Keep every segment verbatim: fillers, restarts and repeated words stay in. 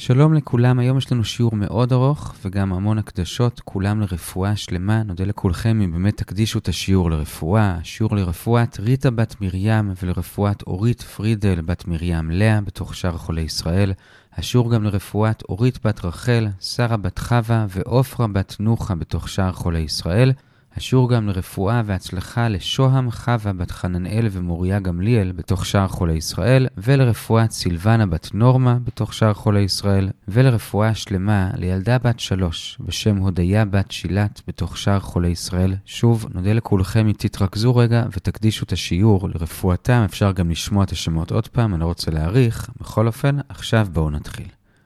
שלום לכולם, היום יש לנו שיעור מאוד ארוך וגם המון הקדשות, כולם לרפואה שלמה. נודה לכולכם אם באמת תקדישו את השיעור לרפואה. שיעור לרפואת ריטה בת מרים ולרפואת אורית פרידל בת מרים לאה בתוך שאר חולי ישראל. השיעור גם לרפואת אורית בת רחל, שרה בת חווה ואופרה בת נוחה בתוך שאר חולי ישראל. השיעור גם לרפואה והצלחה לשוהם חווה בת חננאל ומוריה גמליאל בתוך שאר חולי ישראל, ולרפואת סילבנה בת נורמה בתוך שאר חולי ישראל, ולרפואה שלמה לילדה בת שלוש בשם הודיה בת שילת בתוך שאר חולי ישראל. שוב, נודה לכולכם אם תתרכזו רגע ותקדישו את השיעור לרפואתם. אפשר גם לשמוע את השמות עוד פעם, אני לא רוצה להאריך. בכל אופן, עכשיו בואו נתחיל.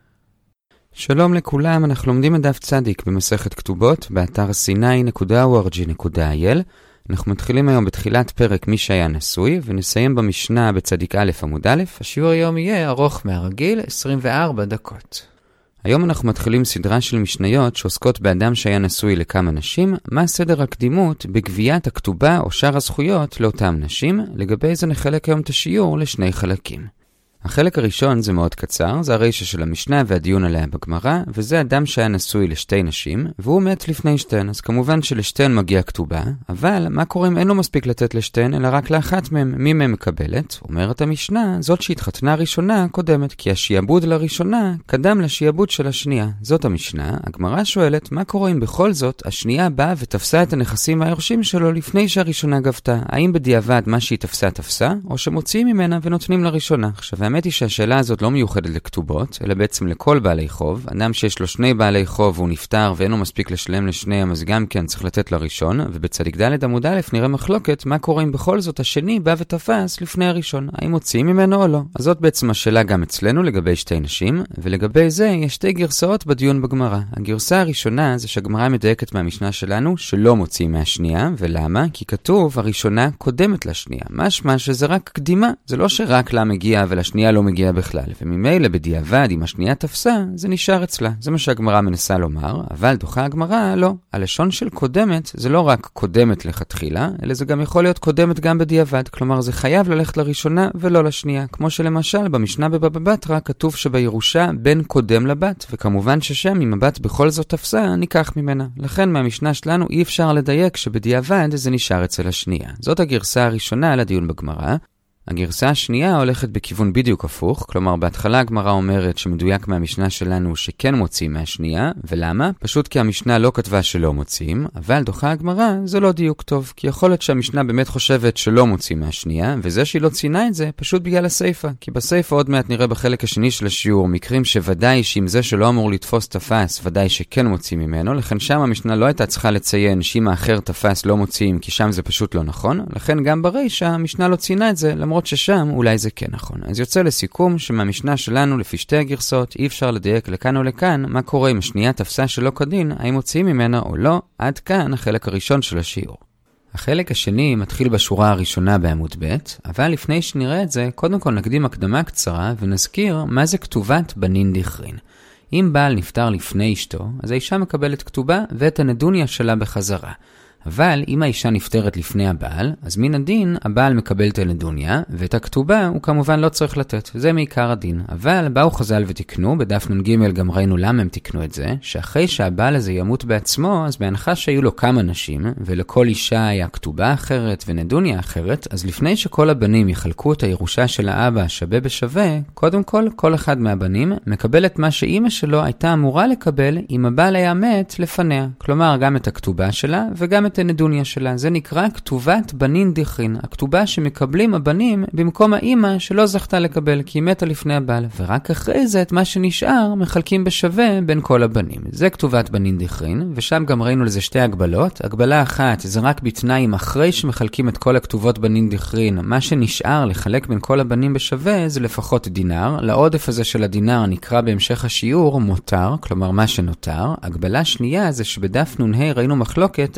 שלום לכולם, אנחנו לומדים את דף צדיק במסכת כתובות באתר סיני נקודה או אר ג'י נקודה איי אל. אנחנו מתחילים היום בתחילת פרק מי שהיה נשוי, ונסיים במשנה בצדיק א' עמוד א'. השיעור היום יהיה ארוך מהרגיל, עשרים וארבע דקות. היום אנחנו מתחילים סדרה של משניות שעוסקות באדם שהיה נשוי לכמה נשים, מה סדר הקדימות בגביית הכתובה או שאר הזכויות לאותם נשים. לגבי זה נחלק היום את השיעור לשני חלקים. החלק הראשון זה מאוד קצר, זה הרישה של המשנה והדיון עליה בגמרא, וזה אדם שהיה נשוי לשתי נשים, והוא מת לפני שתיהן, אז כמובן שלשתיהן מגיע כתובה, אבל מה קורה אם אין לו מספיק לתת לשתיהן, אלא רק לאחת מהם? מי מהם מקבלת? אומרת המשנה, זאת שהתחתנה ראשונה קודמת, כי השיעבוד לראשונה קדם לשיעבוד של השנייה. זאת המשנה. הגמרא שואלת, מה קורה אם בכל זאת השנייה באה ותפסה את הנכסים והיורשים שלו לפני שהראשונה גבתה? האם בדיעבד מה שהיא תפסה תפסה, או שמוציאים ממנה ונותנים לראשונה? עכשיו, האמת היא שהשאלה הזאת לא מיוחדת לכתובות, אלא בעצם לכל בעלי חוב. אדם שיש לו שני בעלי חוב והוא נפטר ואין לו מספיק לשלם לשניהם, אז גם כן צריך לתת לראשון. ובצדיק ד' עמוד א' נראה מחלוקת מה קורה אם בכל זאת השני בא ותפס לפני הראשון, האם מוציאים ממנו או לא. אז זאת בעצם השאלה גם אצלנו לגבי שתי נשים, ולגבי זה יש שתי גרסאות בדיון בגמרא. הגרסה הראשונה זה שהגמרא מדייקת מהמשנה שלנו שלא מוציאים מהשנייה. ולמה? כי כתוב הראשונה קודמת לשנייה, משמע שזה רק קדימה, זה לא שרק לה מגיע ולשנייה לא מגיע בכלל, וממילא בדיעבד אם השנייה תפסה זה נשאר אצלה. זה מה שהגמרא מנסה לומר, אבל דוחה הגמרא לא. הלשון של קודמת זה לא רק קודמת לכתחילה, אלא זה גם יכול להיות קודמת גם בדיעבד, כלומר זה חייב ללכת לראשונה ולא לשנייה, כמו שלמשל במשנה בבבא בתרא כתוב שבירושה בן קודם לבת, וכמובן ששם אם הבת בכל זאת תפסה ניקח ממנה. לכן מהמשנה שלנו אי אפשר לדייק שבדיעבד זה נשאר אצל השנייה. זאת הגרסה הראשונה על הדיון בגמרא. הגרסה השנייה הולכת בכיוון בדיוק הפוך, כלומר בהתחלה הגמרא אומרת שמדויק מהמשנה שלנו שכן מוצאים מהשנייה. ולמה? פשוט כי המשנה לא כתבה שלא מוצאים, אבל דוחה הגמרא זה לא דיוק טוב, כי יכול להיות שהמשנה באמת חושבת שלא מוצאים מהשנייה, וזה שהיא לא צינה את זה פשוט בגלל הסייפה, כי בסייפה עוד מעט נראה בחלק השני של השיעור מקרים שוודאי שאם זה שלא אמור לתפוס תפס ודאי שכן מוצאים ממנו, לכן שם המשנה לא הייתה צריכה לציין שאם האחר תפס לא מוצאים, כי שם זה פשוט לא נכון. לכן גם ברישה המשנה לא צינה את זה, למרות ששם אולי זה כן נכון. אז יוצא לסיכום שמהמשנה שלנו לפי שתי הגרסאות אי אפשר לדייק לכאן או לכאן מה קורה אם השנייה תפסה שלא כדין, האם מוציאים ממנה או לא. עד כאן החלק הראשון של השיעור. החלק השני מתחיל בשורה הראשונה בעמוד ב', אבל לפני שנראה את זה, קודם כל נקדים הקדמה קצרה ונזכיר מה זה כתובת בנין דיכרין. אם בעל נפטר לפני אשתו, אז האישה מקבלת כתובה ואת הנדוניה שלה בחזרה. אבל אם האישה נפטרת לפני הבעל, אז מן הדין הבעל מקבל את הנדוניה, ואת הכתובה הוא כמובן לא צריך לתת. זה מעיקר הדין. אבל באו חז"ל ותקנו, בדף נ"ג גם ראינו למה הם תקנו את זה, שאחרי שהבעל הזה ימות בעצמו, אז בהנחה שהיו לו כמה נשים, ולכל אישה היה כתובה אחרת ונדוניה אחרת, אז לפני שכל הבנים יחלקו את הירושה של האבא שווה בשווה, קודם כל, כל אחד מהבנים מקבל את מה שאימא שלו הייתה אמורה לקבל אם הבעל היה מת לפניה. כלומר, גם את הכתובה שלה וגם את הנדוניה שלה. זה נקרא כתובת בנין דיכרין, הכתובה שמקבלים הבנים במקום האימא שלא זכתה לקבל כי היא מתה לפני הבעל, ורק אחרי זה את מה שנשאר מחלקים בשווה בין כל הבנים. זה כתובת בנין דיכרין, ושם גם ראינו לזה שתי הגבלות. הגבלה אחת זה רק בתנאים אחרי שמחלקים את כל הכתובות בנין דיכרין, מה שנשאר לחלק בין כל הבנים בשווה זה לפחות דינר. לעודף הזה של הדינר נקרא בהמשך השיעור מותר, כלומר מה שנותר. הגבלה שנייה זה שבדף נ"ה ראינו מחלוקת האם אתה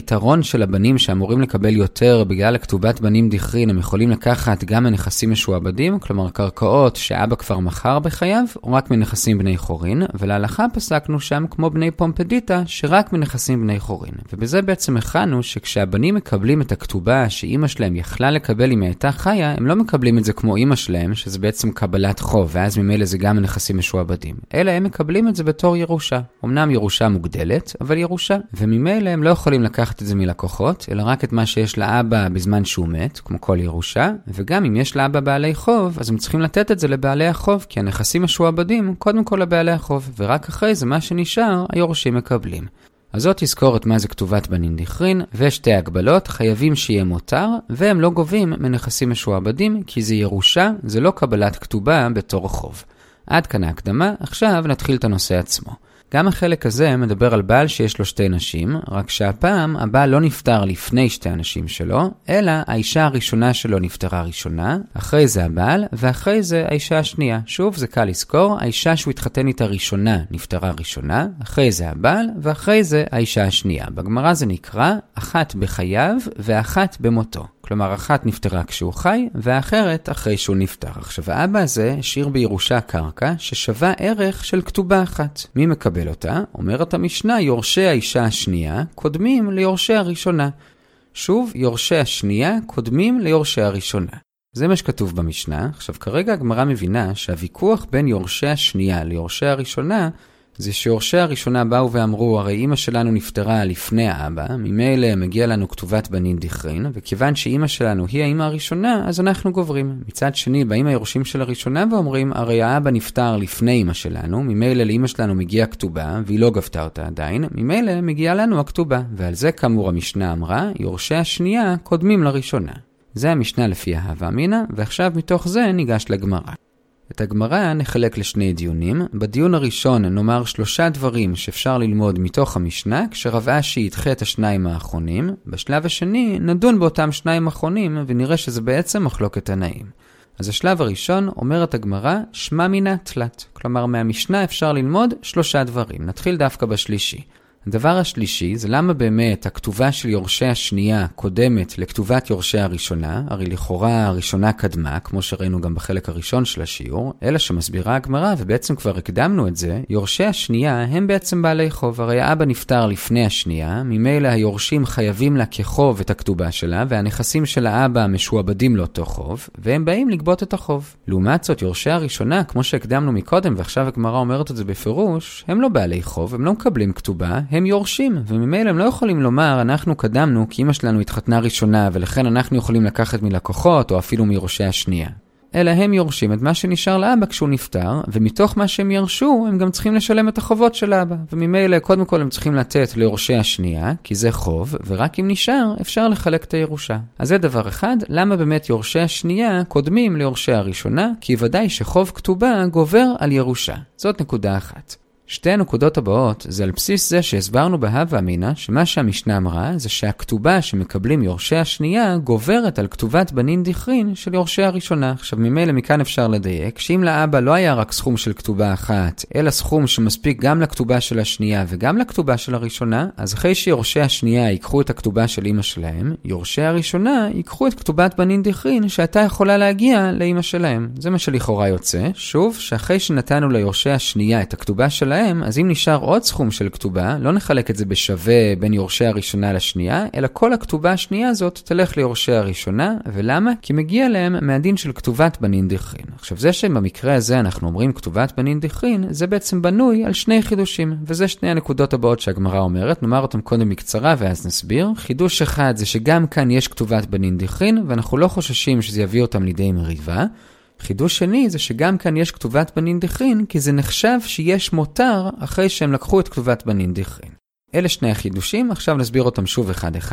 היתרון של הבנים שאמורים לקבל יותר בגלל הכתובת בנים דיכרין, הם יכולים לקחת גם מנכסים משועבדים, כלומר קרקעות שאבא כבר מכר בחייו, או רק מנכסים בני חורין, ולהלכה פסקנו שם כמו בני פומפדיטה, שרק מנכסים בני חורין. ובזה בעצם הכנו שכשהבנים מקבלים את הכתובה שאימא שלהם יכלה לקבל אם היא הייתה חיה, הם לא מקבלים את זה כמו אימא שלהם, שזה בעצם קבלת חוב, ואז ממילא זה גם מנכסים משועבדים. אלא הם מקבלים את זה בתור ירושה. אמנם ירושה מוגדלת, אבל ירושה. וממילא הם לא יכולים לקחת את זה מלקוחות, אלא רק את מה שיש לאבא בזמן שהוא מת, כמו כל ירושה, וגם אם יש לאבא בעלי חוב, אז הם צריכים לתת את זה לבעלי החוב, כי הנכסים משועבדים קודם כל לבעלי החוב, ורק אחרי זה מה שנשאר, היורשים מקבלים. אז זאת תזכורת מה זה כתובת בנים דיכרין, ושתי הגבלות, חייבים שיהיה מותר, והם לא גובים מנכסים משועבדים, כי זה ירושה, זה לא קבלת כתובה בתור חוב. עד כאן ההקדמה, עכשיו נתחיל את הנושא עצמו. גם החלק הזה מדבר על בעל שיש לו שתי נשים, רק שהפעם הבעל לא נפטר לפני שתי הנשים שלו, אלא האישה הראשונה שלו נפטרה ראשונה, אחרי זה הבעל, ואחרי זה האישה השנייה. שוב, זה קל לזכור, האישה שהוא התחתן איתה ראשונה נפטרה ראשונה, אחרי זה הבעל, ואחרי זה האישה השנייה. בגמרא זה נקרא אחת בחייו ואחת במותו. כלומר, אחת נפטרה כשהוא חי, והאחרת אחרי שהוא נפטר. עכשיו, האבא הזה השאיר בירושה קרקע ששווה ערך של כתובה אחת. מי מקבל אותה? אומרת המשנה, יורשי האישה השנייה קודמים ליורשי הראשונה. שוב, יורשי השנייה קודמים ליורשי הראשונה. זה מה שכתוב במשנה. עכשיו, כרגע הגמרא מבינה שהוויכוח בין יורשי השנייה ליורשי הראשונה זה שיורשי הראשונה באו ואמרו, הרי אמא שלנו נפטרה לפני האבא, ממילא מגיע לנו כתובת בנים דיכרין, וכיוון שאמא שלנו היא האמא הראשונה, אז אנחנו גוברים. מצד שני, באים היורשים של הראשונה ואומרים, הרי האבא נפטר לפני אמא שלנו, ממילא לאמא שלנו מגיעה כתובה, והיא לא גבתה אותה עדיין, ממילא מגיעה לנו הכתובה. ועל זה כאמור המשנה אמרה, יורשי השנייה קודמים לראשונה. זה המשנה לפי ההווה אמינא, ועכשיו מתוך זה ניגש לגמרא. את הגמרא נחלק לשני דיונים. בדיון הראשון נאמר שלושה דברים שאפשר ללמוד מתוך המשנה, כשרב אשי ידחה את השניים האחרונים. בשלב השני נדון באותם שניים האחרונים, ונראה שזה בעצם מחלוקת תנאים. אז השלב הראשון אומרת הגמרא, שמע מינא תלת. כלומר, מהמשנה אפשר ללמוד שלושה דברים. נתחיל דווקא בשלישי. הדבר השלישי זה למה באמת הכתובה של יורשי השנייה קודמת לכתובת יורשי הראשונה, הרי לכאורה הראשונה קדמה, כמו שראינו גם בחלק הראשון של השיעור, אלא שמסבירה הגמרא, ובעצם כבר הקדמנו את זה, יורשי השנייה הם בעצם בעלי חוב, הרי האבא נפטר לפני השנייה, ממילא היורשים חייבים לה כחוב את הכתובה שלה, והנכסים של האבא משועבדים לאותו חוב, והם באים לגבות את החוב. לעומת זאת, יורשי הראשונה, כמו שהקדמנו מקודם, ועכשיו הגמרא אומרת את זה בפירוש, הם לא בעלי חוב, הם לא מקבלים כתובה, הם יורשים, וממילא הם לא יכולים לומר, אנחנו קדמנו כי אמא שלנו התחתנה ראשונה, ולכן אנחנו יכולים לקחת מלקוחות, או אפילו מיורשי השנייה. אלא הם יורשים את מה שנשאר לאבא כשהוא נפטר, ומתוך מה שהם ירשו, הם גם צריכים לשלם את החובות של האבא. וממילא, קודם כל הם צריכים לתת ליורשי השנייה, כי זה חוב, ורק אם נשאר, אפשר לחלק את הירושה. אז זה דבר אחד, למה באמת יורשי השנייה קודמים ליורשי הראשונה, כי ודאי שחוב כתובה גובר על ירושה. זאת נקודה אחת. שתי הנקודות הבאות זה על בסיס זה שהסברנו בהווה אמינא שמה שהמשנה אמרה זה שהכתובה שמקבלים יורשי השנייה גוברת על כתובת בנים דיכרין של יורשי הראשונה. עכשיו ממילא מכאן אפשר לדייק שאם לאבא לא היה רק סכום של כתובה אחת אלא סכום שמספיק גם לכתובה של השנייה וגם לכתובה של הראשונה, אז אחרי שיורשי השנייה ייקחו את הכתובה של אמא שלהם, יורשי הראשונה ייקחו את כתובת בנים דיכרין שהייתה יכולה להגיע לאמא שלהם. זה מה שלכאורה יוצא. שוב, שאחרי שנתנו ליורשי השנייה את הכתובה של אז אם נשאר עוד סכום של כתובה, לא נחלק את זה בשווה בין יורשי הראשונה לשנייה, אלא כל הכתובה השנייה הזאת תלך ליורשי הראשונה. ולמה? כי מגיע להם מהדין של כתובת בנים דיכרין. עכשיו זה שבמקרה הזה אנחנו אומרים כתובת בנים דיכרין, זה בעצם בנוי על שני חידושים, וזה שני הנקודות הבאות שהגמרא אומרת, נאמר אותם קודם בקצרה ואז נסביר. חידוש אחד זה שגם כאן יש כתובת בנים דיכרין, ואנחנו לא חוששים שזה יביא אותם לידי מריבה. חידוש שני זה שגם כאן יש כתובת בנים דיכרין, כי זה נחשב שיש מותר אחרי שהם לקחו את כתובת בנים דיכרין. אלה שני החידושים, עכשיו נסביר אותם שוב אחד אחד.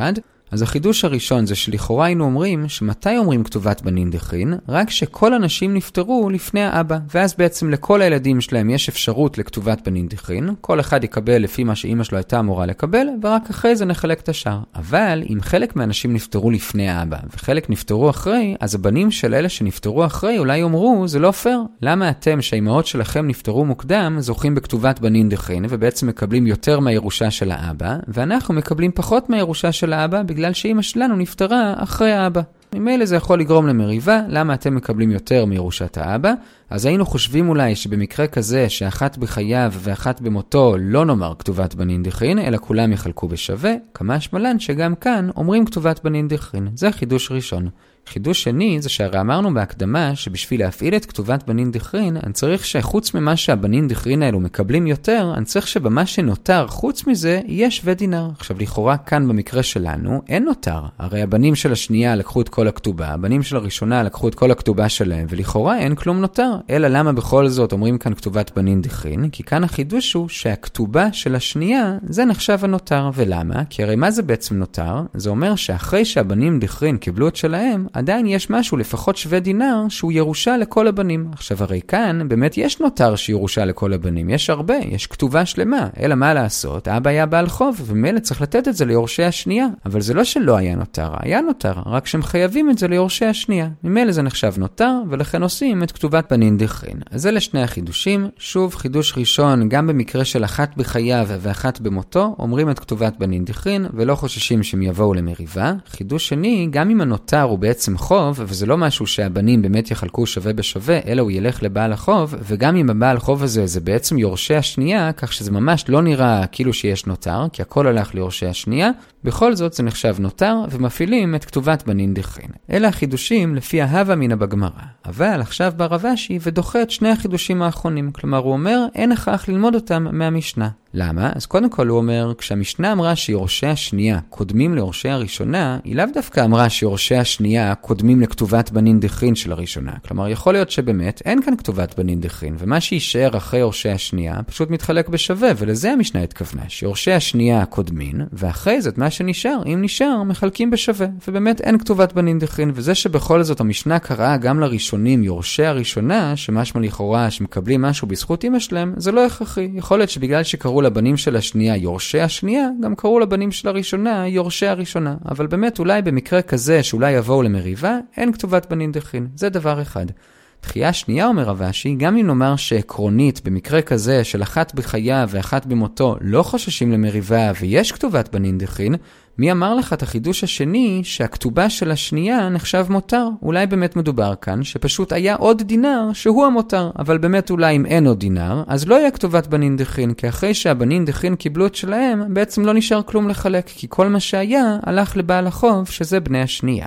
אז החידוש הראשון זה שלכאורה היינו אומרים שמתי אומרים כתובת בנין דכרין? רק שכל אנשים נפטרו לפני האבא, ואז בעצם לכל הילדים שלהם יש אפשרות לכתובת בנין דכרין, כל אחד יקבל לפי מה שאמא שלו הייתה אמורה לקבל, ורק אחרי זה נחלק את השאר. אבל אם חלק מהאנשים נפטרו לפני האבא, וחלק נפטרו אחרי, אז הבנים של אלה שנפטרו אחרי אולי יאמרו, זה לא פייר. למה אתם שהאימהות שלכם נפטרו מוקדם, זוכים בכתובת בנין דכרין, ובעצם מקבלים יותר מהירושה של האבא, ואנחנו מקבלים פחות מהירושה של האבא, בגלל שאמא שלנו נפטרה אחרי האבא. ממילא זה יכול לגרום למריבה, למה אתם מקבלים יותר מירושת האבא? אז היינו חושבים אולי שבמקרה כזה שאחת בחייו ואחת במותו לא נאמר כתובת בנין דכרין, אלא כולם יחלקו בשווה, כמה שמלן שגם כאן אומרים כתובת בנין דכרין. זה חידוש ראשון. חידוש שני זה שהרי אמרנו בהקדמה שבשביל להפעיל את כתובת בנין דכרין, אני צריך שחוץ ממה שהבנין דכרין האלו מקבלים יותר, אני צריך שבמה שנותר חוץ מזה יהיה שווה דינר. עכשיו לכאורה כאן במקרה שלנו אין נותר. הרי הבנים של השנייה לקחו את כל הכתובה, הבנים של הראשונה לקחו את כל הכתובה שלהם, ולכאורה אין כלום נותר. אלא למה בכל זאת אומרים כאן כתובת בנין דכרין? כי כאן החידוש הוא שהכתובה של השנייה זה נחשב הנותר. ולמה? כי הרי מה זה בעצם נותר? זה אומר שאחרי שהבנים דכרין קיבלו את שלהם, עדיין יש משהו לפחות שווה דינר שהוא ירושה לכל הבנים. עכשיו הרי כאן באמת יש נותר שירושה לכל הבנים, יש הרבה, יש כתובה שלמה, אלא מה לעשות? האבא היה בעל חוב ומילא צריך לתת את זה ליורשי השנייה, אבל זה לא שלא היה נותר, היה נותר, רק שהם חייבים את זה ליורשי השנייה. ממילא זה נחשב נותר ולכן עושים את כתובת בנין דכרין. אז זה לשני החידושים. שוב חידוש ראשון, גם במקרה של אחת בחייו ואחת במותו אומרים את כתובת בנין דכרין ולא חוששים שהם יבואו למריבה. חידוש שני, גם אם הנותר הוא בעצם חוב, וזה לא משהו שהבנים באמת יחלקו שווה בשווה, אלא הוא ילך לבעל החוב, וגם אם הבעל החוב הזה זה בעצם יורשי השנייה, כך שזה ממש לא נראה כאילו שיש נותר, כי הכל הלך ליורשי השנייה, בכל זאת זה נחשב נותר, ומפעילים את כתובת בנין דכרין. אלה החידושים לפי ההווה מן בגמרא. אבל עכשיו בא רב אשי ודוחה את שני החידושים האחרונים, כלומר הוא אומר אין הכרח ללמוד אותם מהמשנה. למה? אז קודם כל הוא אומר, כשהמשנה אמרה שיורשי השנייה קודמים ליורשי הראשונה, היא לאו דווקא אמרה שיורשי השנייה קודמים לכתובת בנין דכרין של הראשונה. כלומר, יכול להיות שבאמת אין כאן כתובת בנין דכרין, ומה שישאר אחרי יורשי השנייה פשוט מתחלק בשווה, ולזה המשנה התכוונה, שיורשי השנייה קודמים, ואחרי זאת מה שנשאר, אם נשאר, מחלקים בשווה, ובאמת אין כתובת בנין דכרין, וזה שבכל זאת המשנה קראה גם לראשונים יורשי הראשונה, שמשמע לכאורה שמקבלים משהו בזכות אמא שלהם, זה לא הכרחי. יכול להיות שבגלל שקראו לבנים של השנייה יורשי השנייה, גם קראו לבנים של הראשונה יורשי הראשונה. אבל באמת אולי במקרה כזה שאולי יבואו למריבה, אין כתובת בנין דכרין. זה דבר אחד. תחייה שנייה אומר רב אשי, גם אם נאמר שעקרונית במקרה כזה של אחת בחייו ואחת במותו לא חוששים למריבה ויש כתובת בנין דכרין, מי אמר לך את החידוש השני שהכתובה של השנייה נחשב מותר? אולי באמת מדובר כאן שפשוט היה עוד דינר שהוא המותר, אבל באמת אולי אם אין עוד דינר, אז לא היה כתובת בנין דכרין, כי אחרי שהבנין דכרין קיבלו את שלהם, בעצם לא נשאר כלום לחלק, כי כל מה שהיה הלך לבעל החוב שזה בני השנייה.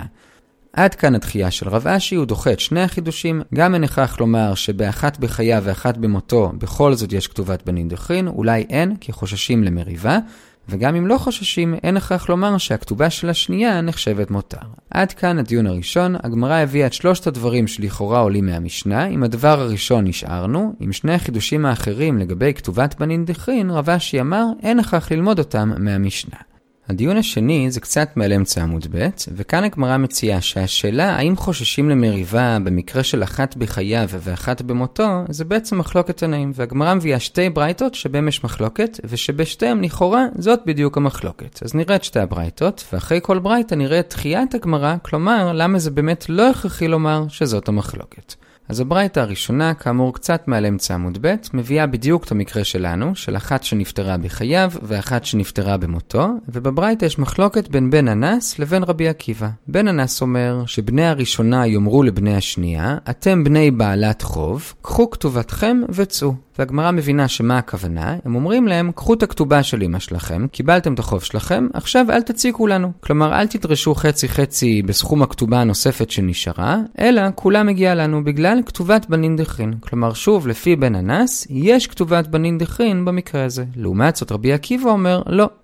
עד כאן התחייה של רב אשי, הוא דוחה את שני החידושים, גם אין הכרח לומר שבאחת בחייו ואחת במותו בכל זאת יש כתובת בנין דכרין, אולי אין כי חוששים למריבה, וגם אם לא חוששים, אין הכרח לומר שהכתובה של השנייה נחשבת מותר. עד כאן הדיון הראשון, הגמרא הביאה את שלושת הדברים שלכאורה עולים מהמשנה, עם הדבר הראשון נשארנו, עם שני החידושים האחרים לגבי כתובת בנין דכרין, רב אשי אמר, אין הכרח ללמוד אותם מהמשנה. הדיון השני זה קצת מעל אמצע עמוד ב', וכאן הגמרא מציעה שהשאלה האם חוששים למריבה במקרה של אחת בחייו ואחת במותו, זה בעצם מחלוקת תנאים, והגמרא מביאה שתי ברייתות שבהם יש מחלוקת, ושבשתיהם לכאורה זאת בדיוק המחלוקת. אז נראה את שתי הברייתות, ואחרי כל ברייתה נראה את תחיית הגמרא, כלומר למה זה באמת לא הכרחי לומר שזאת המחלוקת. אז הברייתא הראשונה, כאמור קצת מעל אמצע עמוד ב', מביאה בדיוק את המקרה שלנו, של אחת שנפטרה בחייו ואחת שנפטרה במותו, ובברייתא יש מחלוקת בין בן אנס לבין רבי עקיבא. בן אנס אומר שבני הראשונה יאמרו לבני השנייה, אתם בני בעלת חוב, קחו כתובתכם וצאו. והגמרא מבינה שמה הכוונה, הם אומרים להם, קחו את הכתובה של אמא שלכם, קיבלתם את החוב שלכם, עכשיו אל תציקו לנו. כלומר, אל תדרשו חצי חצי בסכום הכתובה הנוספת שנשארה, אלא כולה מגיעה לנו בגלל כתובת בנין דכרין. כלומר, שוב, לפי בן אנס, יש כתובת בנין דכרין במקרה הזה. לעומת זאת, רבי עקיבא אומר, לא.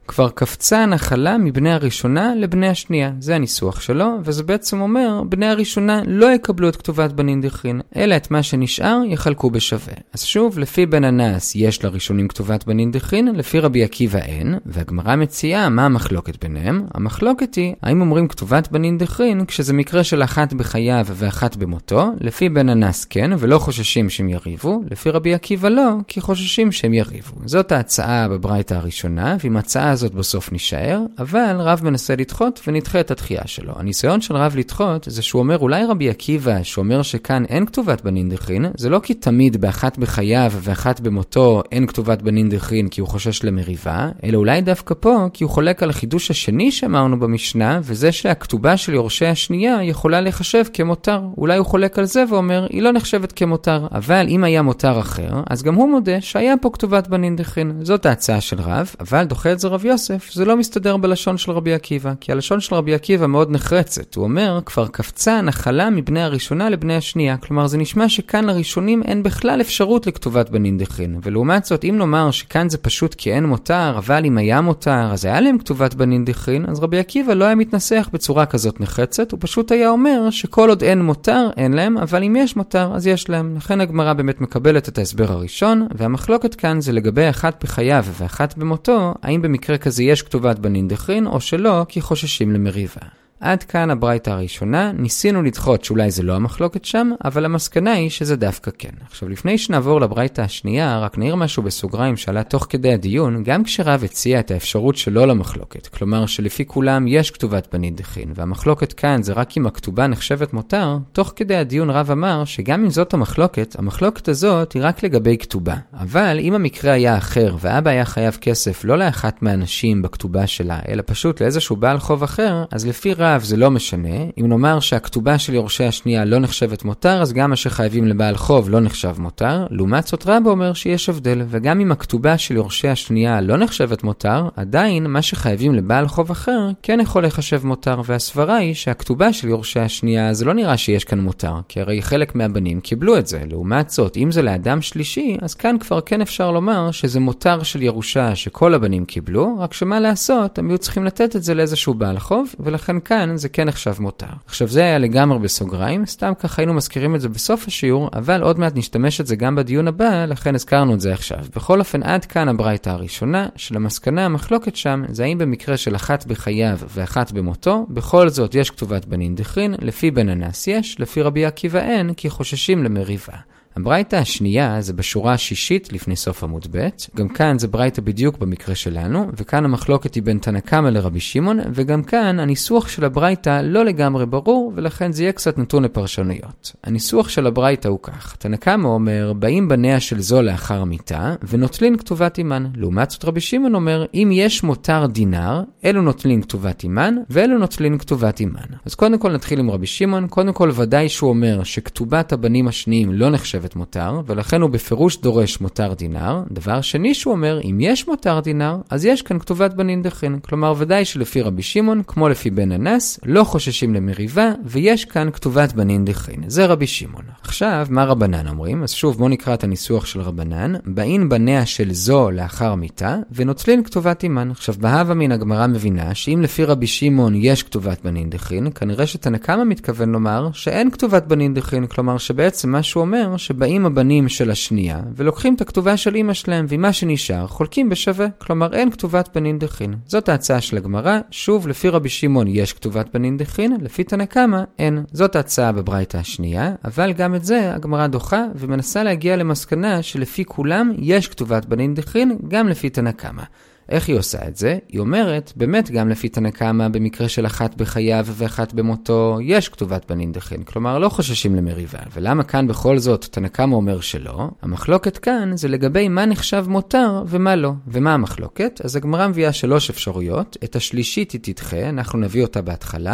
כבר קפצה הנחלה מבני הראשונה לבני השנייה. זה הניסוח שלו, וזה בעצם אומר, בני הראשונה לא יקבלו את כתובת בנין דכרין, אלא את מה שנשאר יחלקו בשווה. אז שוב, לפי בן הנס יש לראשונים כתובת בנין דכרין, לפי רבי עקיבא אין, והגמרא מציעה מה המחלוקת ביניהם. המחלוקת היא, האם אומרים כתובת בנין דכרין כשזה מקרה של אחת בחייו ואחת במותו, לפי בן הנס כן, ולא חוששים שהם יריבו, לפי רבי עקיבא לא, כי חוששים שהם יריבו. זאת ההצעה בברייתא הראשונה, ועם ההצעה הזאת בסוף נשאר, אבל רב מנסה לדחות ונדחה את התחייה שלו. הניסיון של רב לדחות זה שהוא אומר, אולי רבי עקיבא שאומר שכאן אין כתובת בנין דכרין, זה לא כי תמיד באחת בחייו ואחת במותו אין כתובת בנין דכרין כי הוא חושש למריבה, אלא אולי דווקא פה כי הוא חולק על החידוש השני שאמרנו במשנה, וזה שהכתובה של יורשי השנייה יכולה לחשב כמותר. אולי הוא חולק על זה ואומר, היא לא נחשבת כמותר, אבל אם היה מותר אחר, אז גם הוא מודה שהיה פה כתובת בנין דכרין. זאת ההצעה של רב, אבל דוחה את זה רב יוסף, זה לא מסתדר בלשון של רבי עקיבא, כי הלשון של רבי עקיבא מאוד נחרצת. הוא אומר, כבר קפצה הנחלה מבני הראשונה לבני השנייה. כלומר, זה נשמע שכאן לראשונים אין בכלל אפשרות לכתובת בנין דכרין. ולעומת זאת, אם נאמר שכאן זה פשוט כי אין מותר, אבל אם היה מותר, אז היה להם כתובת בנין דכרין, אז רבי עקיבא לא היה מתנסח בצורה כזאת נחרצת, הוא פשוט היה אומר שכל עוד אין מותר, אין להם, אבל אם יש מותר, אז יש להם. לכן הגמרא באמת מקבלת את ההסבר הראשון, והמחלוקת כאן זה לגבי אחת בחייו ואחת במותו, האם במקרה כזה יש כתובת בנין דכרין או שלא, כי חוששים למריבה. עד כאן הברייתא הראשונה, ניסינו לדחות שאולי זה לא המחלוקת שם, אבל המסקנה היא שזה דווקא כן. עכשיו, לפני שנעבור לברייתא השנייה, רק נעיר משהו בסוגריים שעלה תוך כדי הדיון, גם כשרב הציע את האפשרות שלא למחלוקת, כלומר שלפי כולם יש כתובת בנין דכרין, והמחלוקת כאן זה רק אם הכתובה נחשבת מותר, תוך כדי הדיון רב אמר שגם אם זאת המחלוקת, המחלוקת הזאת היא רק לגבי כתובה. אבל אם המקרה היה אחר, ואבא היה חייב כסף לא לאחת מהאנשים בכתובה שלה, אלא פשוט לאיזשהו בעל חוב אחר, אז לפי רב זה לא משנה. אם נאמר שהכתובה של יורשי השנייה לא נחשבת מותר, אז גם מה שחייבים לבעל חוב לא נחשב מותר. לעומת זאת רב אומר שיש הבדל, וגם אם הכתובה של יורשי השנייה לא נחשבת מותר, עדיין מה שחייבים לבעל חוב אחר כן יכול לחשב מותר, והסברה היא שהכתובה של יורשי השנייה זה לא נראה שיש כאן מותר, כי הרי חלק מהבנים קיבלו את זה. לעומת זאת, אם זה לאדם שלישי, אז כאן כבר כן אפשר לומר שזה מותר של ירושה שכל הבנים קיבלו, רק שמה לעשות, הם היו צריכים לתת את זה לאיזשהו בעל חוב, ולכן כאן זה כן נחשב מותר. עכשיו זה היה לגמרי בסוגריים, סתם ככה היינו מזכירים את זה בסוף השיעור, אבל עוד מעט נשתמש את זה גם בדיון הבא, לכן הזכרנו את זה עכשיו. בכל אופן עד כאן הברייתא הראשונה, של המסקנה המחלוקת שם, זה האם במקרה של אחת בחייו ואחת במותו, בכל זאת יש כתובת בנין דכרין, לפי בן הנס יש, לפי רבי עקיבא אין, כי חוששים למריבה. הברייתא השנייה זה בשורה השישית לפני סוף עמוד ב', גם כאן זה ברייתא בדיוק במקרה שלנו, וכאן המחלוקת היא בין תנא קמא לרבי שמעון, וגם כאן הניסוח של הברייתא לא לגמרי ברור, ולכן זה יהיה קצת נתון לפרשנויות. הניסוח של הברייתא הוא כך, תנא קמא אומר, באים בניה של זו לאחר מיתה, ונוטלין כתובת אימן. לעומת זאת רבי שמעון אומר, אם יש מותר דינר, אלו נוטלין כתובת אימן, ואלו נוטלין כתובת אימן. אז קודם כל נתחיל עם רבי שמעון, קודם כל ודאי שהוא אומר שכתובת הבנים השניים לא נחשבת מותר, ולכן הוא בפירוש דורש מותר דינר. דבר שני שהוא אומר, אם יש מותר דינר, אז יש כאן כתובת בנין דכרין. כלומר, ודאי שלפי רבי שמעון, כמו לפי בן הנס, לא חוששים למריבה, ויש כאן כתובת בנין דכרין. זה רבי שמעון. עכשיו, מה רבנן אומרים? אז שוב, בוא נקרא את הניסוח של רבנן. באין בניה של זו לאחר מיתה, ונוטלין כתובת אימן. עכשיו, בהווה מן הגמרא מבינה, שאם לפי רבי שמעון יש כתובת בנין דכרין, כנראה שתנא קמא מתכוון לומר שאין כתובת בנין דכרין. כלומר, שבעצם מה שהוא אומר, שבאים הבנים של השנייה, ולוקחים את הכתובה של אמא שלהם, ומה שנשאר, חולקים בשווה. כלומר, אין כתובת בנין דכרין. זאת ההצעה של הגמרא. שוב, לפי רבי שמעון יש כתובת בנין דכרין, לפי תנא קמא אין. זאת ההצעה בברייתא השנייה, אבל גם את זה הגמרא דוחה, ומנסה להגיע למסקנה שלפי כולם יש כתובת בנין דכרין, גם לפי תנא קמא. איך היא עושה את זה? היא אומרת, באמת גם לפי תנא קמא, במקרה של אחת בחייו ואחת במותו, יש כתובת בנין דכרין. כלומר, לא חוששים למריבה. ולמה כאן בכל זאת תנא קמא אומר שלא? המחלוקת כאן זה לגבי מה נחשב מותר ומה לא. ומה המחלוקת? אז הגמרא מביאה שלוש אפשרויות. את השלישית היא תדחה, אנחנו נביא אותה בהתחלה.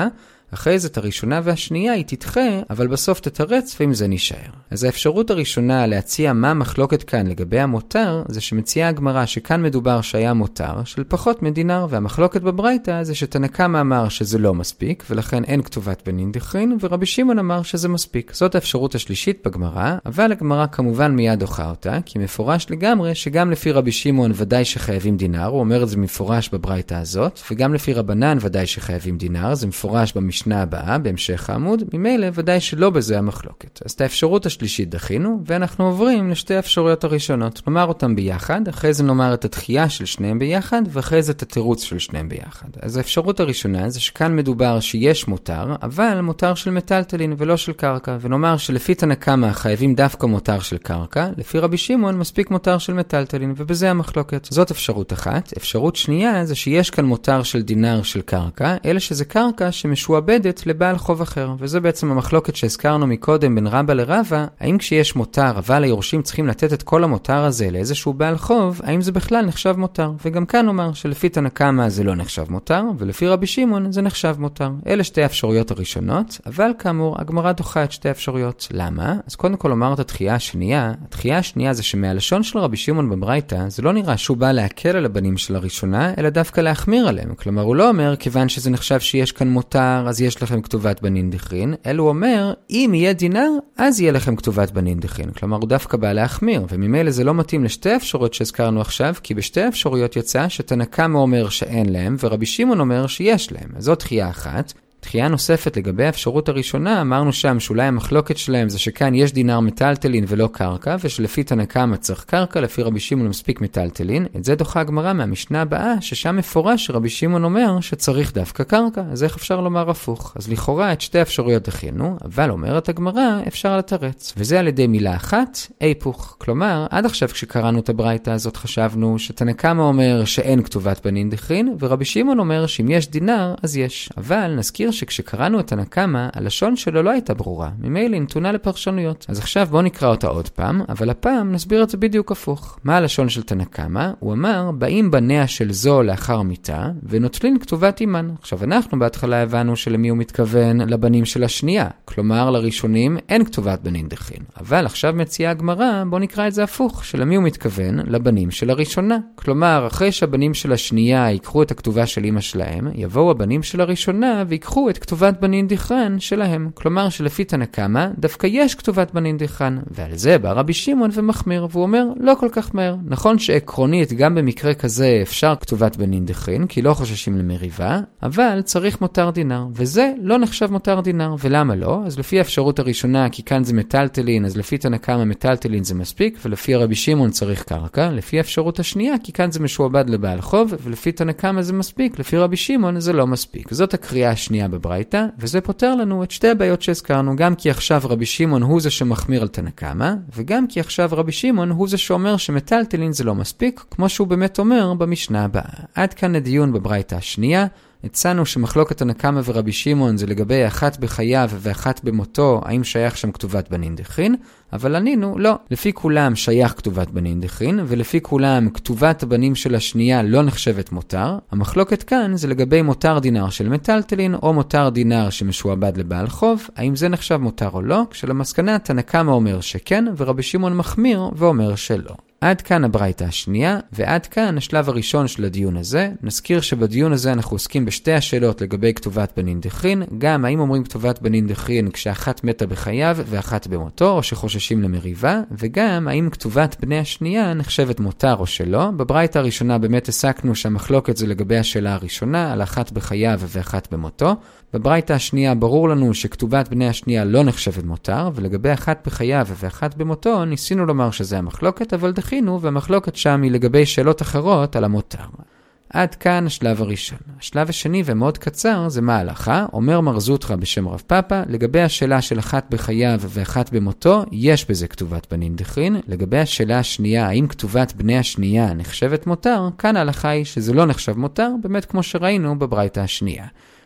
אחרי זה את הראשונה והשנייה היא תדחה, אבל בסוף תתרץ ואם זה נשאר. אז האפשרות הראשונה להציע מה המחלוקת כאן לגבי המותר, זה שמציעה הגמרא שכאן מדובר שהיה מותר של פחות מדינר, והמחלוקת בברייתא זה שתנא קמא אמר שזה לא מספיק, ולכן אין כתובת בנין דכרין, ורבי שמעון אמר שזה מספיק. זאת האפשרות השלישית בגמרא, אבל הגמרא כמובן מיד דוחה אותה, כי מפורש לגמרי שגם לפי רבי שמעון ודאי שחייבים דינר, הוא אומר את זה מפורש בברייתא הזאת, וגם לפי רבנן ודאי שחייבים דינר, זה מפורש במשנה הבאה, בהמשך העמוד, ממילא ודאי שלא בזה המחלוקת. אז את האפשרות השלישית דחינו, ואנחנו עוברים לשתי האפשרויות הראשונות. נאמר אותם ביחד, אחרי זה נאמר את התחייה של שניהם ביחד, ואחרי זה את התירוץ של שניהם ביחד. אז האפשרות הראשונה זה שכאן מדובר שיש מותר, אבל מותר של מטלטלין ולא של קרקע, ונאמר שלפי תנא קמא חייבים דווקא מותר של קרקע, לפי רבי שמעון מספיק מותר של מטלטלין, ובזה המחלוקת. זאת אפשרות אחת. אפשרות שנייה זה שיש כאן מותר של דינר של קרקע, אלא שזה קרקע שמשועבדת לבעל חוב אחר, וזה בעצם המחלוקת שהזכרנו מקודם בין רבא לרבא, האם כשיש מותר אבל היורשים צריכים לתת את כל המותר הזה לאיזשהו בעל חוב, האם זה בכלל נחשב מותר? וגם כאן אומר שלפי תנא קמא זה לא נחשב מותר, ולפי רבי שמעון זה נחשב מותר. אלה שתי האפשרויות הראשונות, אבל כאמור הגמרא דוחה את שתי האפשרויות. למה? אז קודם כל אומר את התחייה השנייה. התחייה השנייה זה שמהלשון של רבי שמעון בברייתא, זה לא נראה שהוא בא להקל על הבנים של הראשונה, אלא דווקא להחמיר עליהם. כלומר, הוא לא אומר, כיוון שזה נחשב שיש כאן מותר, אז יש לכם כתובת בנין דכרין, אלא הוא אומר, אם יהיה דינר, אז יהיה לכם כתובת בנין דכרין. כלומר, הוא דווקא בא להחמיר, וממילא זה לא מתאים לשתי האפשרויות שהזכרנו עכשיו, כי בשתי האפשרויות יצא שתנא קמא אומר שאין להם, ורבי שמעון אומר שיש להם. אז זאת תחייה אחת. תחייה נוספת לגבי האפשרות הראשונה, אמרנו שם שאולי המחלוקת שלהם זה שכאן יש דינר מטלטלין ולא קרקע, ושלפי תנא קמא צריך קרקע, לפי רבי שמעון מספיק מטלטלין. את זה דוחה הגמרא מהמשנה הבאה, ששם מפורש שרבי שמעון אומר שצריך דווקא קרקע. אז איך אפשר לומר הפוך? אז לכאורה את שתי האפשרויות דחינו, אבל אומרת הגמרא אפשר לתרץ. וזה על ידי מילה אחת, היפוך. כלומר, עד עכשיו כשקראנו את הברייתא הזאת חשבנו שתנא קמא אומר שאין כתובת בנין דכרין, ורבי שמעון אומר שאם יש דינר אז יש. אבל נזכיר שכשקראנו את תנא קמא, הלשון שלו לא הייתה ברורה, ממילא נתונה לפרשנויות. אז עכשיו בואו נקרא אותה עוד פעם, אבל הפעם נסביר את זה בדיוק הפוך. מה הלשון של תנא קמא? הוא אמר, באים בניה של זו לאחר מיתה, ונוטלין כתובת אימן. עכשיו אנחנו בהתחלה הבנו שלמי הוא מתכוון לבנים של השנייה, כלומר לראשונים אין כתובת בנין דכרין. אבל עכשיו מציעה הגמרא, בואו נקרא את זה הפוך, שלמי הוא מתכוון לבנים של הראשונה. כלומר, אחרי שהבנים של השנייה ייקחו את הכתובה של אמא שלהם, יבואו הבנים של הראשונה ויקחו את כתובת בנין דכרן שלהם. כלומר שלפי תנא קמא דווקא יש כתובת בנין דכרן, ועל זה בא רבי שמעון ומחמיר, והוא אומר לא כל כך מהר. נכון שעקרונית גם במקרה כזה אפשר כתובת בנין דכרין, כי לא חוששים למריבה, אבל צריך מותר דינר, וזה לא נחשב מותר דינר. ולמה לא? אז לפי האפשרות הראשונה, כי כאן זה מטלטלין, אז לפי תנא קמא מטלטלין זה מספיק, ולפי רבי שמעון צריך קרקע. לפי האפשרות השנייה, כי כאן זה משועבד לבעל חוב, ולפי תנא קמא זה מספיק, לפי רבי שמעון זה לא מספיק. זאת הקריאה השנייה בברייתא, וזה פותר לנו את שתי הבעיות שהזכרנו, גם כי עכשיו רבי שמעון הוא זה שמחמיר על תנא קמא, וגם כי עכשיו רבי שמעון הוא זה שאומר שמטלטלין זה לא מספיק, כמו שהוא באמת אומר במשנה הבאה. עד כאן הדיון בברייתא השנייה. הצענו שמחלוקת תנא קמא ורבי שמעון זה לגבי אחת בחייו ואחת במותו, האם שייך שם כתובת בנין דכרין, אבל ענינו, לא. לפי כולם שייך כתובת בנין דכרין, ולפי כולם כתובת הבנים של השנייה לא נחשבת מותר. המחלוקת כאן זה לגבי מותר דינר של מטלטלין, או מותר דינר שמשועבד לבעל חוב, האם זה נחשב מותר או לא, כשלמסקנה תנא קמא אומר שכן, ורבי שמעון מחמיר ואומר שלא. עד כאן הברייתא השנייה, ועד כאן השלב הראשון של הדיון הזה. נזכיר שבדיון הזה אנחנו עוסקים בשתי השאלות לגבי כתובת בנין דכרין, גם האם אומרים כתובת בנין דכרין כשאחת מתה בחייו ואחת במותו, או שחוששים למריבה, וגם האם כתובת בני השנייה נחשבת מותר או שלא. בברייתא הראשונה באמת עסקנו שהמחלוקת זה לגבי השאלה הראשונה, על אחת בחייו ואחת במותו. בברייתא השנייה ברור לנו שכתובת בני השנייה לא נחשבת מותר, ולגבי אחת בחייו ואחת במותו ניסינו לומר שזה המחלוקת, אבל דחינו, והמחלוקת שם היא לגבי שאלות אחרות על המותר. עד כאן השלב הראשון. השלב השני ומאוד קצר זה מה ההלכה. אומר מר זוטרא בשם רב פאפא, לגבי השאלה של אחת בחייו ואחת במותו, יש בזה כתובת בנין דכרין. לגבי השאלה השנייה, האם כתובת בני השנייה נחשבת מותר, כאן ההלכה היא שזה לא נחשב מותר, באמת כמו שראינו בברייתא השנייה.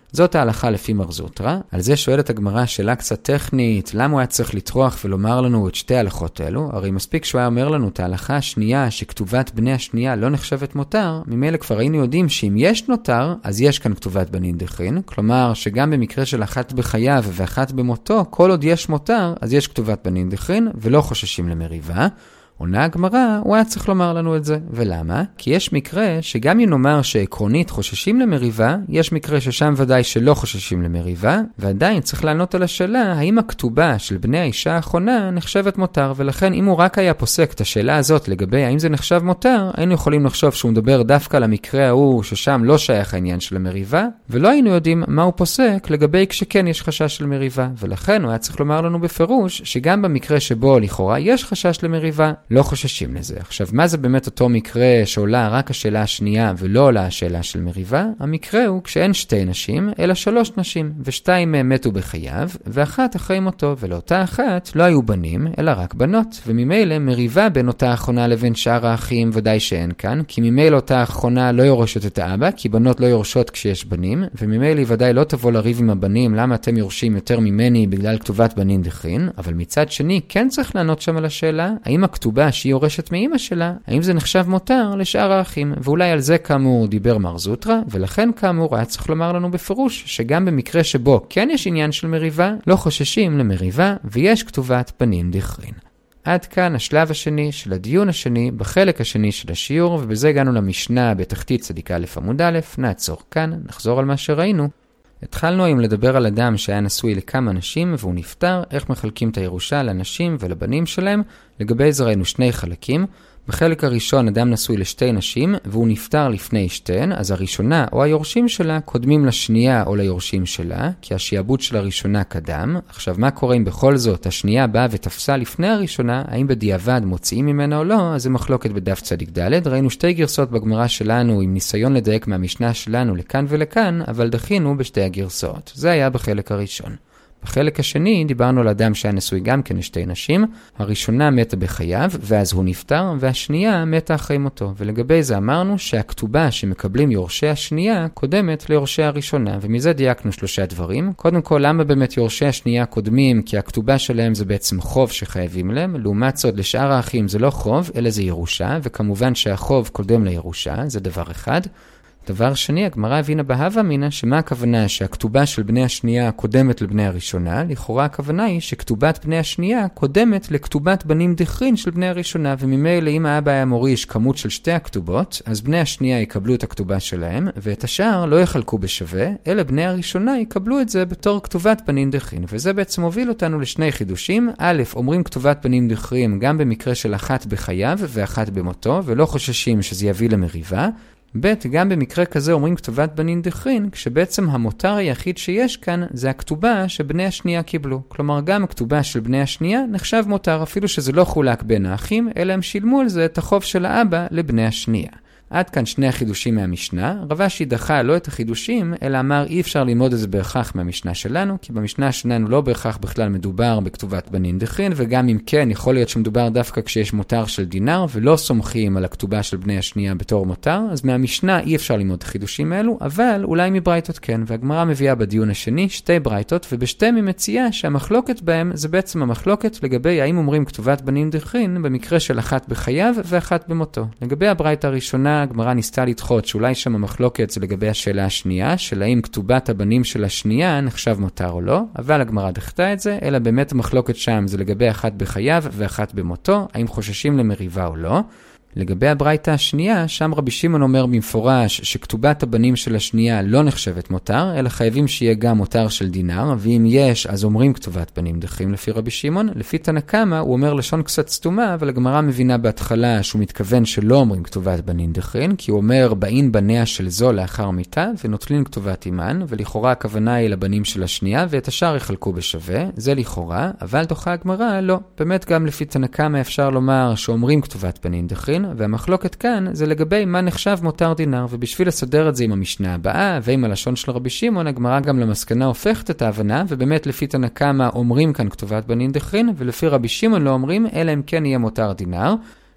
זאת ההלכה לפי מר זוטרא. על זה שואלת הגמרא שאלה קצת טכנית, למה הוא היה צריך לטרוח ולומר לנו את שתי ההלכות האלו? הרי מספיק שהוא היה אומר לנו את ההלכה השנייה שכתובת בני השנייה לא נחשבת מותר, ממילא כבר היינו יודעים שאם יש נותר, אז יש כאן כתובת בנין דכרין, כלומר שגם במקרה של אחת בחייו ואחת במותו, כל עוד יש מותר, אז יש כתובת בנין דכרין ולא חוששים למריבה. עונה הגמרא, הוא היה צריך לומר לנו את זה. ולמה? כי יש מקרה שגם אם נאמר שעקרונית חוששים למריבה, יש מקרה ששם ודאי שלא חוששים למריבה, ועדיין צריך לענות על השאלה, האם הכתובה של בני האישה האחרונה נחשבת מותר, ולכן אם הוא רק היה פוסק את השאלה הזאת לגבי האם זה נחשב מותר, היינו יכולים לחשוב שהוא מדבר דווקא על המקרה ההוא ששם לא שייך העניין של המריבה, ולא היינו יודעים מה הוא פוסק לגבי כשכן יש חשש של מריבה, ולכן הוא היה צריך לומר לנו בפירוש שגם במקרה שבו לכאורה יש חשש למריבה, לא חוששים לזה. עכשיו, מה זה באמת אותו מקרה שעולה רק השאלה השנייה ולא עולה השאלה של מריבה? המקרה הוא כשאין שתי נשים, אלא שלוש נשים, ושתיים מהם מתו בחייו, ואחת אחרי מותו, ולאותה אחת לא היו בנים, אלא רק בנות, וממילא מריבה בין אותה האחרונה לבין שאר האחים ודאי שאין כאן, כי ממילא אותה האחרונה לא יורשת את האבא, כי בנות לא יורשות כשיש בנים, וממילא ודאי לא תבוא לריב עם הבנים, למה אתם יורשים יותר ממני בגלל כתובת בנין דכרין, אבל מצד שני כן צריך לענות שם על השאלה, האם הכתובה שהיא יורשת מאמא שלה, האם זה נחשב מותר לשאר האחים, ואולי על זה כאמור דיבר מר זוטרא, ולכן כאמור היה צריך לומר לנו בפירוש, שגם במקרה שבו כן יש עניין של מריבה, לא חוששים למריבה, ויש כתובת בנין דכרין. עד כאן השלב השני של הדיון השני, בחלק השני של השיעור, ובזה הגענו למשנה בתחתית צדיק א' עמוד א', נעצור כאן, נחזור על מה שראינו. התחלנו היום לדבר על אדם שהיה נשוי לכמה נשים והוא נפטר, איך מחלקים את הירושה לנשים ולבנים שלהם. לגבי זה ראינו שני חלקים. בחלק הראשון אדם נשוי לשתי נשים והוא נפטר לפני שתיהן, אז הראשונה או היורשים שלה קודמים לשנייה או ליורשים שלה, כי השיעבוד של הראשונה קדם. עכשיו מה קורה אם בכל זאת השנייה באה ותפסה לפני הראשונה, האם בדיעבד מוציאים ממנה או לא? אז זה מחלוקת בדף צדיק ד'. ראינו שתי גרסאות בגמרא שלנו עם ניסיון לדייק מהמשנה שלנו לכאן ולכאן, אבל דחינו בשתי הגרסאות. זה היה בחלק הראשון. בחלק השני דיברנו על אדם שהיה נשוי גם כן לשתי נשים, הראשונה מתה בחייו ואז הוא נפטר, והשנייה מתה אחרי מותו, ולגבי זה אמרנו שהכתובה שמקבלים יורשי השנייה קודמת ליורשי הראשונה, ומזה דייקנו שלושה דברים. קודם כל, למה באמת יורשי השנייה קודמים? כי הכתובה שלהם זה בעצם חוב שחייבים להם, לעומת זאת לשאר האחים זה לא חוב אלא זה ירושה, וכמובן שהחוב קודם לירושה, זה דבר אחד. דבר שני, הגמרא הבינה בהווה אמינא שמה הכוונה שהכתובה של בני השנייה קודמת לבני הראשונה, לכאורה הכוונה היא שכתובת בני השנייה קודמת לכתובת בנים דכרין של בני הראשונה, וממילא אם האבא היה מוריש כמות של שתי הכתובות, אז בני השנייה יקבלו את הכתובה שלהם, ואת השאר לא יחלקו בשווה, אלא בני הראשונה יקבלו את זה בתור כתובת בנים דכרין, וזה בעצם מוביל אותנו לשני חידושים. א', אומרים כתובת בנים דכרין גם במקרה של אחת בחייו ואחת במותו, ולא חוששים שזה יביא למריבה. ב', גם במקרה כזה אומרים כתובת בנין דכרין, כשבעצם המותר היחיד שיש כאן זה הכתובה שבני השנייה קיבלו. כלומר, גם הכתובה של בני השנייה נחשב מותר, אפילו שזה לא חולק בין האחים, אלא הם שילמו על זה את החוב של האבא לבני השנייה. עד כאן שני החידושים מהמשנה. רב אשי דחה לא את החידושים, אלא אמר אי אפשר ללמוד את זה בהכרח מהמשנה שלנו, כי במשנה שלנו לא בהכרח בכלל מדובר בכתובת בנין דכרין, וגם אם כן, יכול להיות שמדובר דווקא כשיש מותר של דינר, ולא סומכים על הכתובה של בני השנייה בתור מותר, אז מהמשנה אי אפשר ללמוד את החידושים האלו, אבל אולי מברייתות כן, והגמרא מביאה בדיון השני שתי ברייתות, ובשתיהן היא מציעה שהמחלוקת בהם זה בעצם המחלוקת לגבי האם אומרים כתובת בנין דכרין במקרה של אחת בחייו ואחת במותו. לגבי הברייתא הראשונה הגמרא ניסתה לדחות שאולי שם המחלוקת זה לגבי השאלה השנייה, של האם כתובת הבנים של השנייה נחשב מותר או לא, אבל הגמרא דחתה את זה, אלא באמת המחלוקת שם זה לגבי אחת בחייו ואחת במותו, האם חוששים למריבה או לא. לגבי הברייתא השנייה, שם רבי שמעון אומר במפורש שכתובת הבנים של השנייה לא נחשבת מותר, אלא חייבים שיהיה גם מותר של דינר, ואם יש, אז אומרים כתובת בנים דכרין לפי רבי שמעון. לפי תנא קמא הוא אומר לשון קצת סתומה, אבל הגמרא מבינה בהתחלה שהוא מתכוון שלא אומרים כתובת בנים דכרין, כי הוא אומר באין בניה של זו לאחר מיתה, ונוטלין כתובת אימן, ולכאורה הכוונה היא לבנים של השנייה, ואת השאר יחלקו בשווה, זה לכאורה, אבל דוחה הגמרא לא. באמת גם לפי תנא קמא אפשר לומר שאומרים כתובת בנים דכרין, והמחלוקת כאן זה לגבי מה נחשב מותר דינר, ובשביל לסדר את זה עם המשנה הבאה ועם הלשון של רבי שמעון, הגמרא גם למסקנה הופכת את ההבנה, ובאמת לפי תנא קמא אומרים כאן כתובת בנין דכרין, ולפי רבי שמעון לא אומרים, אלא אם כן יהיה מותר דינר.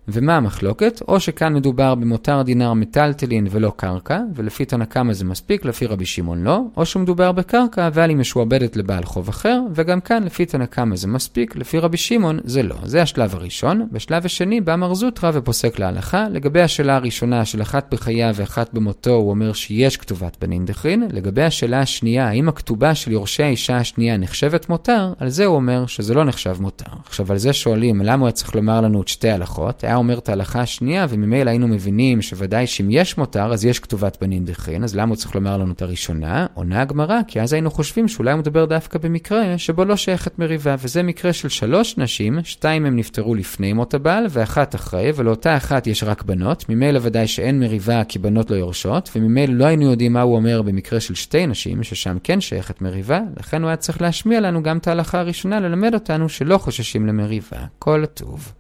ומה המחלוקת? או שכאן מדובר במותר דינר מטלטלין ולא קרקע, ולפי תנא קמא זה מספיק, לפי רבי שמעון לא, או שמדובר בקרקע אבל היא משועבדת לבעל חוב אחר, וגם כאן לפי תנא קמא זה מספיק, לפי רבי שמעון זה לא. זה השלב הראשון. בשלב השני בא מר זוטרא ופוסק להלכה. לגבי השאלה הראשונה של אחת בחייו ואחת במותו, הוא אומר שיש כתובת בנין דכרין. לגבי השאלה השנייה, האם הכתובה של יורשי האישה השנייה נחשבת מותר, על זה הוא אומר שזה לא נחשב מותר. עכשיו על זה שואלים, למה הוא צריך לומר לנו את שתי הלכות? היה אומר את ההלכה השנייה, וממילא היינו מבינים שוודאי שאם יש מותר, אז יש כתובת בנין דכרין, אז למה הוא צריך לומר לנו את הראשונה? עונה הגמרא, כי אז היינו חושבים שאולי הוא מדבר דווקא במקרה שבו לא שייכת מריבה, וזה מקרה של שלוש נשים, שתיים הם נפטרו לפני מות הבעל, ואחת אחרי, ולאותה אחת יש רק בנות, ממילא ודאי שאין מריבה כי בנות לא יורשות, וממילא לא היינו יודעים מה הוא אומר במקרה של שתי נשים, ששם כן שייכת מריבה, לכן הוא היה צריך להשמיע לנו גם את ההלכה הראשונה, ללמד אותנו שלא חוששים למריבה. כל הטוב.